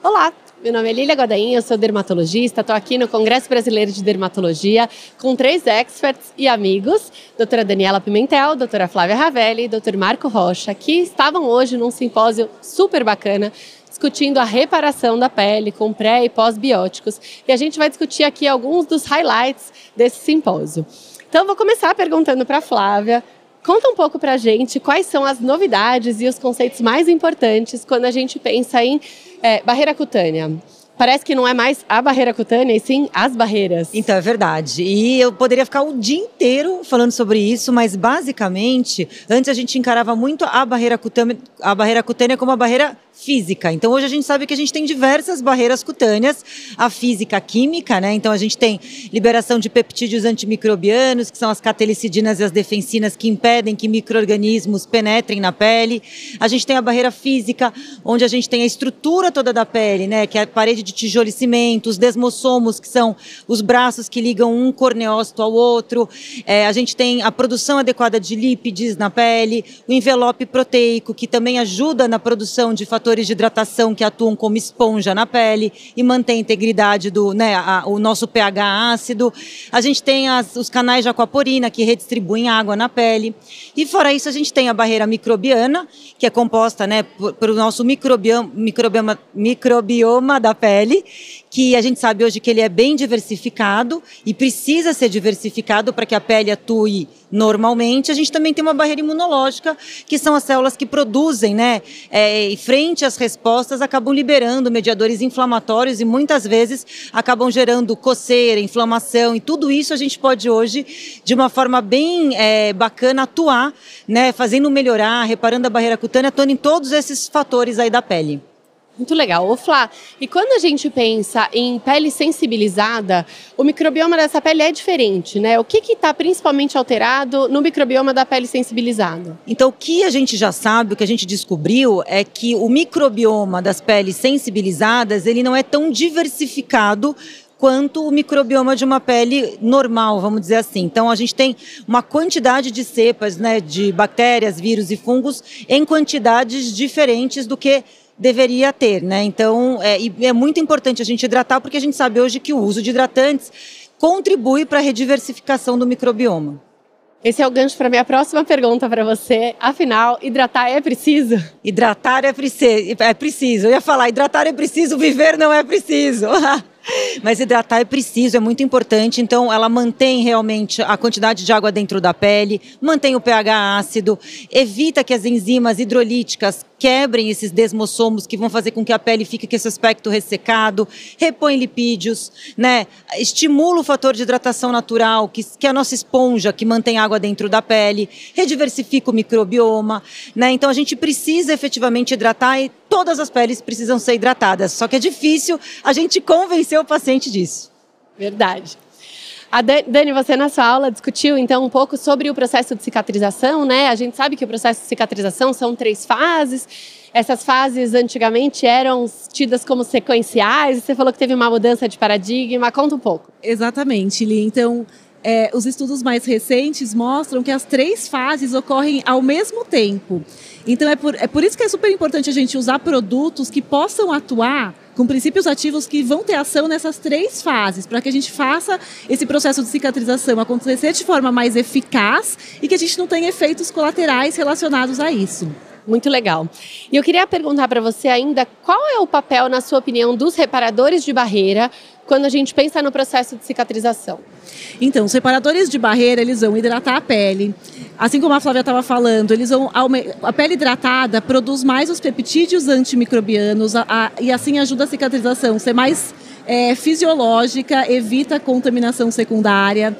Olá, meu nome é Lília Godain, eu sou dermatologista, estou aqui no Congresso Brasileiro de Dermatologia com 3 experts e amigos, doutora Daniela Pimentel, doutora Flávia Ravelli e doutor Marco Rocha, que estavam hoje num simpósio super bacana, discutindo a reparação da pele com pré e pós-bióticos. E a gente vai discutir aqui alguns dos highlights desse simpósio. Então, vou começar perguntando para a Flávia. Conta um pouco para a gente quais são as novidades e os conceitos mais importantes quando a gente pensa em barreira cutânea. Parece que não é mais a barreira cutânea, e sim as barreiras. Então, é verdade. E eu poderia ficar o dia inteiro falando sobre isso, mas basicamente, antes a gente encarava muito a barreira cutânea como a barreira física. Então, hoje a gente sabe que a gente tem diversas barreiras cutâneas, a física, a química, né? Então, a gente tem liberação de peptídeos antimicrobianos, que são as catelicidinas e as defensinas que impedem que micro-organismos penetrem na pele. A gente tem a barreira física, onde a gente tem a estrutura toda da pele, né? Que é a parede de tijolo e cimento, os desmossomos, que são os braços que ligam um corneócito ao outro. A gente tem a produção adequada de lípides na pele, o envelope proteico, que também ajuda na produção de fatores de hidratação que atuam como esponja na pele e mantém a integridade o nosso pH ácido. A gente tem os canais de aquaporina que redistribuem água na pele. E fora isso, a gente tem a barreira microbiana, que é composta, né, pelo nosso microbioma da pele, que a gente sabe hoje que ele é bem diversificado e precisa ser diversificado para que a pele atue normalmente. A gente também tem uma barreira imunológica, que são as células que produzem, né, frente às respostas, acabam liberando mediadores inflamatórios e muitas vezes acabam gerando coceira, inflamação, e tudo isso a gente pode hoje, de uma forma bem bacana, atuar, né, fazendo melhorar, reparando a barreira cutânea, atuando em todos esses fatores aí da pele. Muito legal. Ô Flá, e quando a gente pensa em pele sensibilizada, o microbioma dessa pele é diferente, né? O que está principalmente alterado no microbioma da pele sensibilizada? Então, o que a gente já sabe, o que a gente descobriu é que o microbioma das peles sensibilizadas, ele não é tão diversificado quanto o microbioma de uma pele normal, vamos dizer assim. Então, a gente tem uma quantidade de cepas, né, de bactérias, vírus e fungos em quantidades diferentes do que deveria ter, né? Então, é muito importante a gente hidratar, porque a gente sabe hoje que o uso de hidratantes contribui para a rediversificação do microbioma. Esse é o gancho para a minha próxima pergunta para você. Afinal, hidratar é preciso? Hidratar é preciso. Eu ia falar, hidratar é preciso, viver não é preciso. Mas hidratar é preciso, é muito importante. Então, ela mantém realmente a quantidade de água dentro da pele, mantém o pH ácido, evita que as enzimas hidrolíticas quebrem esses desmossomos que vão fazer com que a pele fique com esse aspecto ressecado, repõe lipídios, né? Estimula o fator de hidratação natural, que é a nossa esponja, que mantém água dentro da pele, rediversifica o microbioma, né? Então, a gente precisa efetivamente hidratar e todas as peles precisam ser hidratadas. Só que é difícil a gente convencer o paciente disso. Verdade. A Dani, você na sua aula discutiu então um pouco sobre o processo de cicatrização, né? A gente sabe que o processo de cicatrização são 3 fases. Essas fases antigamente eram tidas como sequenciais. Você falou que teve uma mudança de paradigma. Conta um pouco. Exatamente, Li. Então, os estudos mais recentes mostram que as 3 fases ocorrem ao mesmo tempo. Então, é por isso que é super importante a gente usar produtos que possam atuar com princípios ativos que vão ter ação nessas 3 fases, para que a gente faça esse processo de cicatrização acontecer de forma mais eficaz e que a gente não tenha efeitos colaterais relacionados a isso. Muito legal. E eu queria perguntar para você ainda, qual é o papel, na sua opinião, dos reparadores de barreira quando a gente pensa no processo de cicatrização? Então, os reparadores de barreira, eles vão hidratar a pele. Assim como a Flávia estava falando, a pele hidratada produz mais os peptídeos antimicrobianos e assim ajuda a cicatrização ser mais fisiológica, evita a contaminação secundária.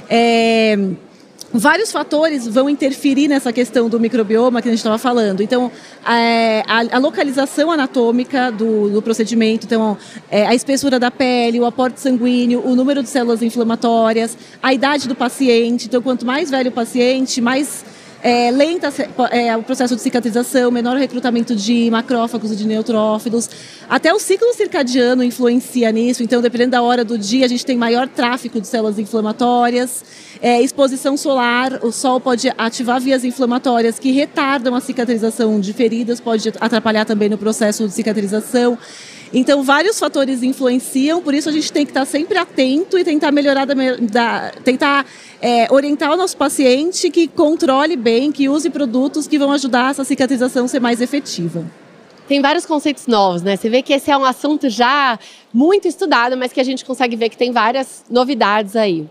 Vários fatores vão interferir nessa questão do microbioma que a gente estava falando. Então, a localização anatômica do procedimento, então, a espessura da pele, o aporte sanguíneo, o número de células inflamatórias, a idade do paciente. Então, quanto mais velho o paciente, mais lenta o processo de cicatrização, menor recrutamento de macrófagos e de neutrófilos. Até o ciclo circadiano influencia nisso, então dependendo da hora do dia a gente tem maior tráfego de células inflamatórias. Exposição solar, o sol pode ativar vias inflamatórias que retardam a cicatrização de feridas, pode atrapalhar também no processo de cicatrização. Então, vários fatores influenciam, por isso a gente tem que estar sempre atento e tentar melhorar, tentar orientar o nosso paciente que controle bem, que use produtos que vão ajudar essa cicatrização a ser mais efetiva. Tem vários conceitos novos, né? Você vê que esse é um assunto já muito estudado, mas que a gente consegue ver que tem várias novidades aí.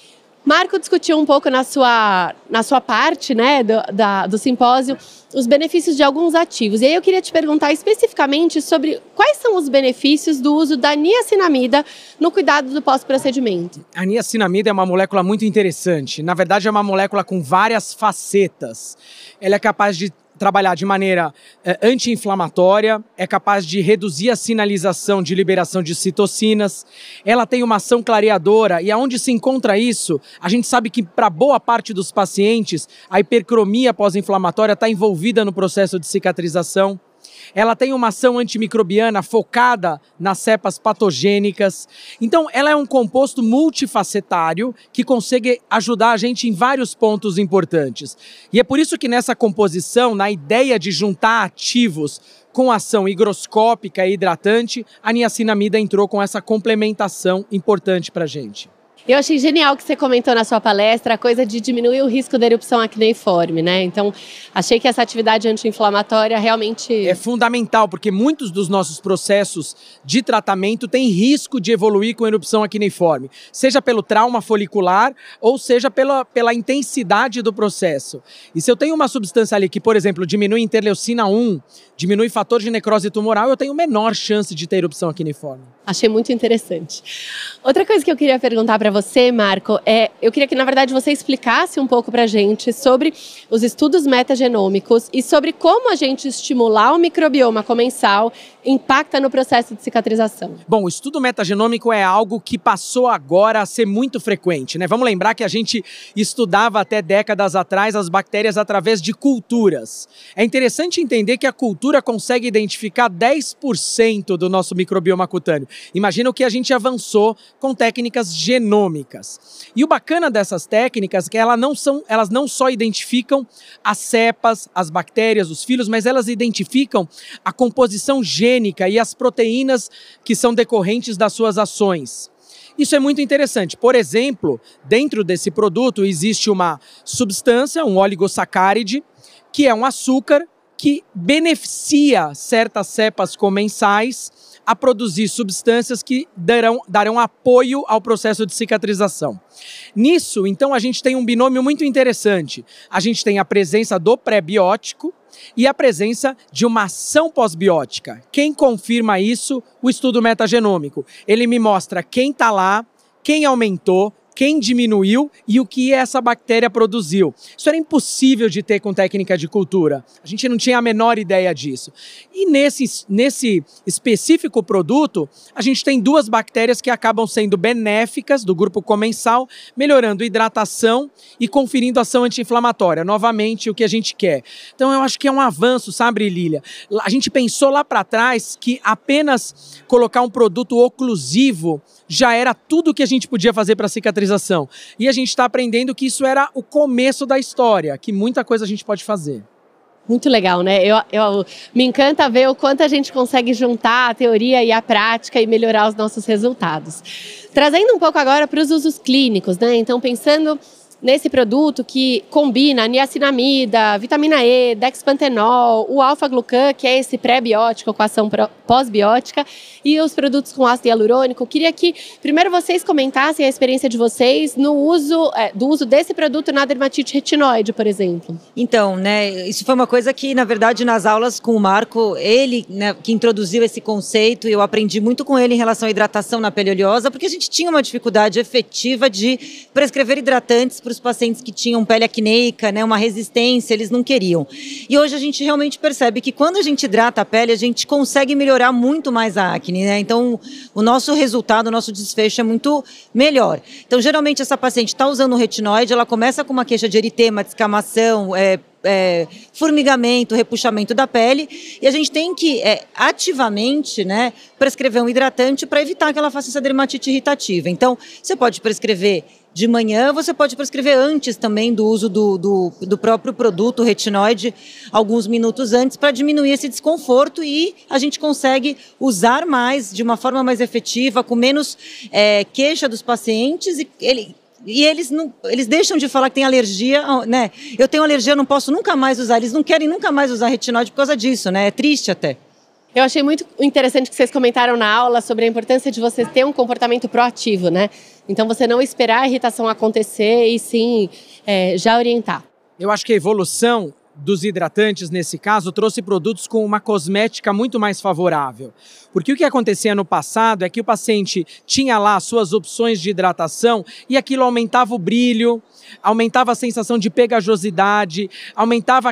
Marco discutiu um pouco na sua parte, né, do simpósio, os benefícios de alguns ativos. E aí eu queria te perguntar especificamente sobre quais são os benefícios do uso da niacinamida no cuidado do pós-procedimento. A niacinamida é uma molécula muito interessante. Na verdade, é uma molécula com várias facetas. Ela é capaz de trabalhar de maneira anti-inflamatória, é capaz de reduzir a sinalização de liberação de citocinas, ela tem uma ação clareadora e aonde se encontra isso, a gente sabe que para boa parte dos pacientes, a hipercromia pós-inflamatória está envolvida no processo de cicatrização. Ela tem uma ação antimicrobiana focada nas cepas patogênicas. Então, ela é um composto multifacetário que consegue ajudar a gente em vários pontos importantes. E é por isso que nessa composição, na ideia de juntar ativos com ação higroscópica e hidratante, a niacinamida entrou com essa complementação importante para a gente. Eu achei genial que você comentou na sua palestra a coisa de diminuir o risco da erupção acneiforme, né? Então, achei que essa atividade anti-inflamatória realmente... É fundamental, porque muitos dos nossos processos de tratamento têm risco de evoluir com erupção acneiforme, seja pelo trauma folicular ou seja pela intensidade do processo. E se eu tenho uma substância ali que, por exemplo, diminui interleucina 1, diminui fator de necrose tumoral, eu tenho menor chance de ter erupção acneiforme. Achei muito interessante. Outra coisa que eu queria perguntar para você, Marco, eu queria que, na verdade, você explicasse um pouco para a gente sobre os estudos metagenômicos e sobre como a gente estimular o microbioma comensal impacta no processo de cicatrização. Bom, o estudo metagenômico é algo que passou agora a ser muito frequente, né? Vamos lembrar que a gente estudava até décadas atrás as bactérias através de culturas. É interessante entender que a cultura consegue identificar 10% do nosso microbioma cutâneo. Imagina o que a gente avançou com técnicas genômicas. E o bacana dessas técnicas é que elas não só identificam as cepas, as bactérias, os filhos, mas elas identificam a composição gênica e as proteínas que são decorrentes das suas ações. Isso é muito interessante. Por exemplo, dentro desse produto existe uma substância, um oligossacáride, que é um açúcar que beneficia certas cepas comensais a produzir substâncias que darão apoio ao processo de cicatrização. Nisso, então, a gente tem um binômio muito interessante. A gente tem a presença do pré-biótico e a presença de uma ação pós-biótica. Quem confirma isso? O estudo metagenômico. Ele me mostra quem está lá, quem aumentou, quem diminuiu e o que essa bactéria produziu. Isso era impossível de ter com técnica de cultura. A gente não tinha a menor ideia disso. E nesse específico produto, a gente tem duas bactérias que acabam sendo benéficas do grupo comensal, melhorando hidratação e conferindo ação anti-inflamatória. Novamente, o que a gente quer. Então, eu acho que é um avanço, sabe, Lília? A gente pensou lá para trás que apenas colocar um produto oclusivo já era tudo o que a gente podia fazer para cicatrização. E a gente está aprendendo que isso era o começo da história, que muita coisa a gente pode fazer. Muito legal, né? Eu me encanta ver o quanto a gente consegue juntar a teoria e a prática e melhorar os nossos resultados. Trazendo um pouco agora para os usos clínicos, né? Então, pensando nesse produto que combina niacinamida, vitamina E, dexpantenol, o alfa-glucan, que é esse pré-biótico com ação pós-biótica, e os produtos com ácido hialurônico. Queria que primeiro vocês comentassem a experiência de vocês no uso, do uso desse produto na dermatite retinoide, por exemplo. Então, né, isso foi uma coisa que, na verdade, nas aulas com o Marco, ele, né, que introduziu esse conceito, e eu aprendi muito com ele em relação à hidratação na pele oleosa, porque a gente tinha uma dificuldade efetiva de prescrever hidratantes para os pacientes que tinham pele acneica, né, uma resistência, eles não queriam. E hoje a gente realmente percebe que quando a gente hidrata a pele, a gente consegue melhorar muito mais a acne, né? Então, o nosso resultado, o nosso desfecho é muito melhor. Então, geralmente, essa paciente está usando o retinoide, ela começa com uma queixa de eritema, descamação, formigamento, repuxamento da pele, e a gente tem que ativamente, né, prescrever um hidratante para evitar que ela faça essa dermatite irritativa. Então, você pode prescrever de manhã, você pode prescrever antes também do uso do próprio produto, o retinoide, alguns minutos antes, para diminuir esse desconforto, e a gente consegue usar mais, de uma forma mais efetiva, com menos queixa dos pacientes, e eles deixam de falar que tem alergia, né? Eu tenho alergia, não posso nunca mais usar. Eles não querem nunca mais usar retinoide por causa disso, né? É triste até. Eu achei muito interessante que vocês comentaram na aula sobre a importância de você ter um comportamento proativo, né? Então, você não esperar a irritação acontecer e sim já orientar. Eu acho que a evolução dos hidratantes, nesse caso, trouxe produtos com uma cosmética muito mais favorável. Porque o que acontecia no passado é que o paciente tinha lá suas opções de hidratação e aquilo aumentava o brilho, aumentava a sensação de pegajosidade, aumentava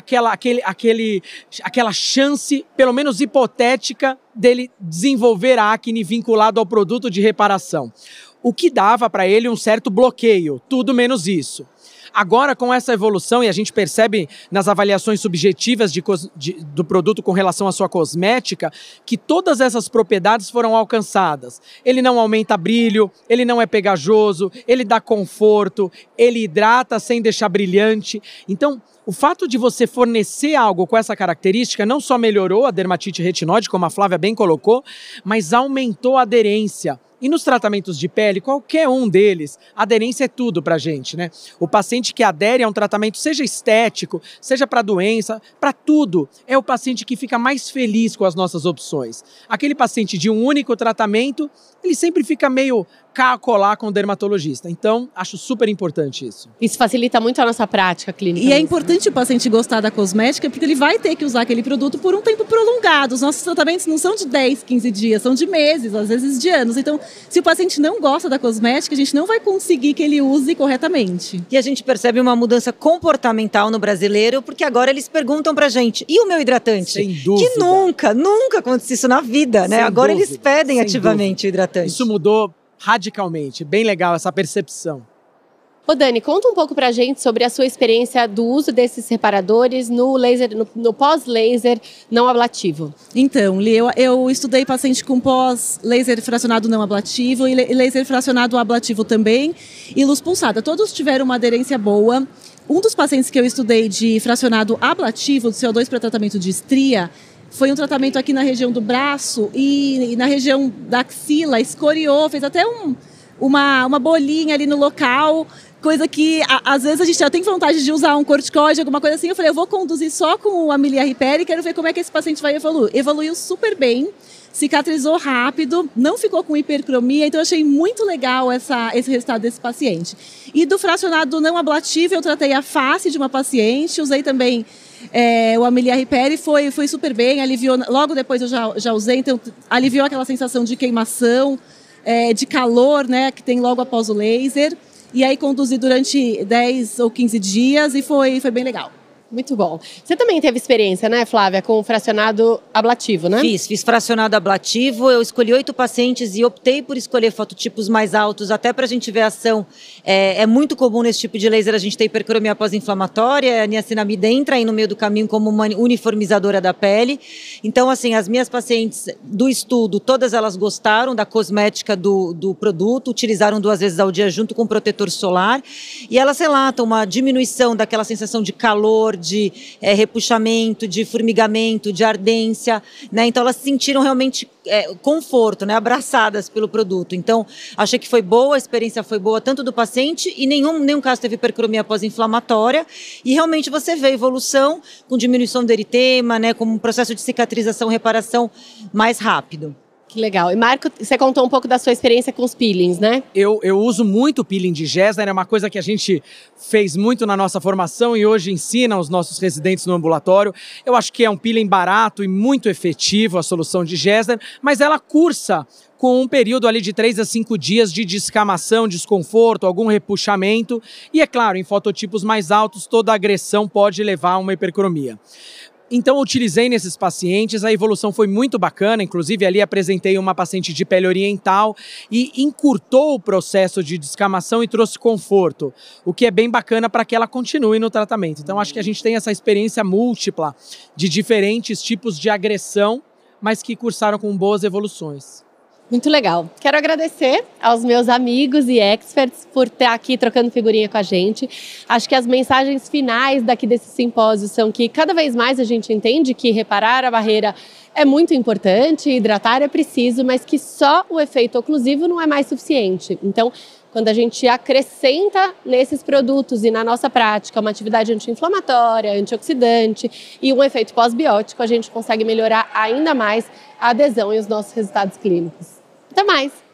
aquela chance, pelo menos hipotética, dele desenvolver acne vinculado ao produto de reparação. O que dava para ele um certo bloqueio, tudo menos isso. Agora, com essa evolução, e a gente percebe nas avaliações subjetivas do produto com relação à sua cosmética, que todas essas propriedades foram alcançadas. Ele não aumenta brilho, ele não é pegajoso, ele dá conforto, ele hidrata sem deixar brilhante. Então, o fato de você fornecer algo com essa característica não só melhorou a dermatite retinoide, como a Flávia bem colocou, mas aumentou a aderência. E nos tratamentos de pele, qualquer um deles, aderência é tudo pra gente, né? O paciente que adere a um tratamento, seja estético, seja para doença, para tudo, é o paciente que fica mais feliz com as nossas opções. Aquele paciente de um único tratamento, ele sempre fica meio colar com o dermatologista. Então, acho super importante isso. Isso facilita muito a nossa prática clínica. E é importante o paciente gostar da cosmética, porque ele vai ter que usar aquele produto por um tempo prolongado. Os nossos tratamentos não são de 10, 15 dias, são de meses, às vezes de anos. Então, se o paciente não gosta da cosmética, a gente não vai conseguir que ele use corretamente. E a gente percebe uma mudança comportamental no brasileiro, porque agora eles perguntam pra gente, e o meu hidratante? Sem dúvida. Que nunca aconteceu isso na vida, né? Sem Agora dúvida, eles pedem ativamente dúvida. o hidratante. Isso mudou radicalmente, bem legal essa percepção. Ô Dani, conta um pouco pra gente sobre a sua experiência do uso desses reparadores no laser, no pós-laser não ablativo. Então, Li, eu estudei paciente com pós-laser fracionado não ablativo e laser fracionado ablativo também, e luz pulsada. Todos tiveram uma aderência boa. Um dos pacientes que eu estudei de fracionado ablativo, de CO2 para tratamento de estria, foi um tratamento aqui na região do braço e na região da axila, escoriou, fez até uma bolinha ali no local, coisa que às vezes a gente já tem vontade de usar um corticoide, alguma coisa assim. Eu falei, eu vou conduzir só com o Amelia Riperi e quero ver como é que esse paciente vai evoluir. Evoluiu super bem, cicatrizou rápido, não ficou com hipercromia, então eu achei muito legal esse resultado desse paciente. E do fracionado não ablativo, eu tratei a face de uma paciente, usei também o Amelia Riperi, foi super bem, aliviou, logo depois eu já usei, então aliviou aquela sensação de queimação, de calor, né, que tem logo após o laser, e aí conduzi durante 10 ou 15 dias e foi bem legal. Muito bom. Você também teve experiência, né, Flávia, com fracionado ablativo, né? Fiz fracionado ablativo. Eu escolhi 8 pacientes e optei por escolher fototipos mais altos, até para a gente ver a ação. É muito comum nesse tipo de laser a gente ter hipercromia pós-inflamatória. A niacinamida entra aí no meio do caminho como uma uniformizadora da pele. Então, assim, as minhas pacientes do estudo, todas elas gostaram da cosmética do produto, utilizaram 2 vezes ao dia junto com protetor solar. E elas relatam uma diminuição daquela sensação de calor, de repuxamento, de formigamento, de ardência, né? Então elas sentiram realmente conforto, né? Abraçadas pelo produto. Então achei que foi boa, a experiência foi boa tanto do paciente e nenhum caso teve hipercromia pós-inflamatória, e realmente você vê evolução com diminuição do eritema, né? Com um processo de cicatrização, reparação mais rápido. Que legal. E Marco, você contou um pouco da sua experiência com os peelings, né? Eu uso muito peeling de Gersner, é uma coisa que a gente fez muito na nossa formação e hoje ensina os nossos residentes no ambulatório. Eu acho que é um peeling barato e muito efetivo, a solução de Gersner, mas ela cursa com um período ali de 3 a 5 dias de descamação, desconforto, algum repuxamento. E é claro, em fototipos mais altos, toda agressão pode levar a uma hipercromia. Então, eu utilizei nesses pacientes, a evolução foi muito bacana, inclusive ali apresentei uma paciente de pele oriental e encurtou o processo de descamação e trouxe conforto, o que é bem bacana para que ela continue no tratamento. Então, acho que a gente tem essa experiência múltipla de diferentes tipos de agressão, mas que cursaram com boas evoluções. Muito legal. Quero agradecer aos meus amigos e experts por estar aqui trocando figurinha com a gente. Acho que as mensagens finais daqui desse simpósio são que cada vez mais a gente entende que reparar a barreira é muito importante, hidratar é preciso, mas que só o efeito oclusivo não é mais suficiente. Então, quando a gente acrescenta nesses produtos e na nossa prática uma atividade anti-inflamatória, antioxidante e um efeito pós-biótico, a gente consegue melhorar ainda mais a adesão e os nossos resultados clínicos. Até mais!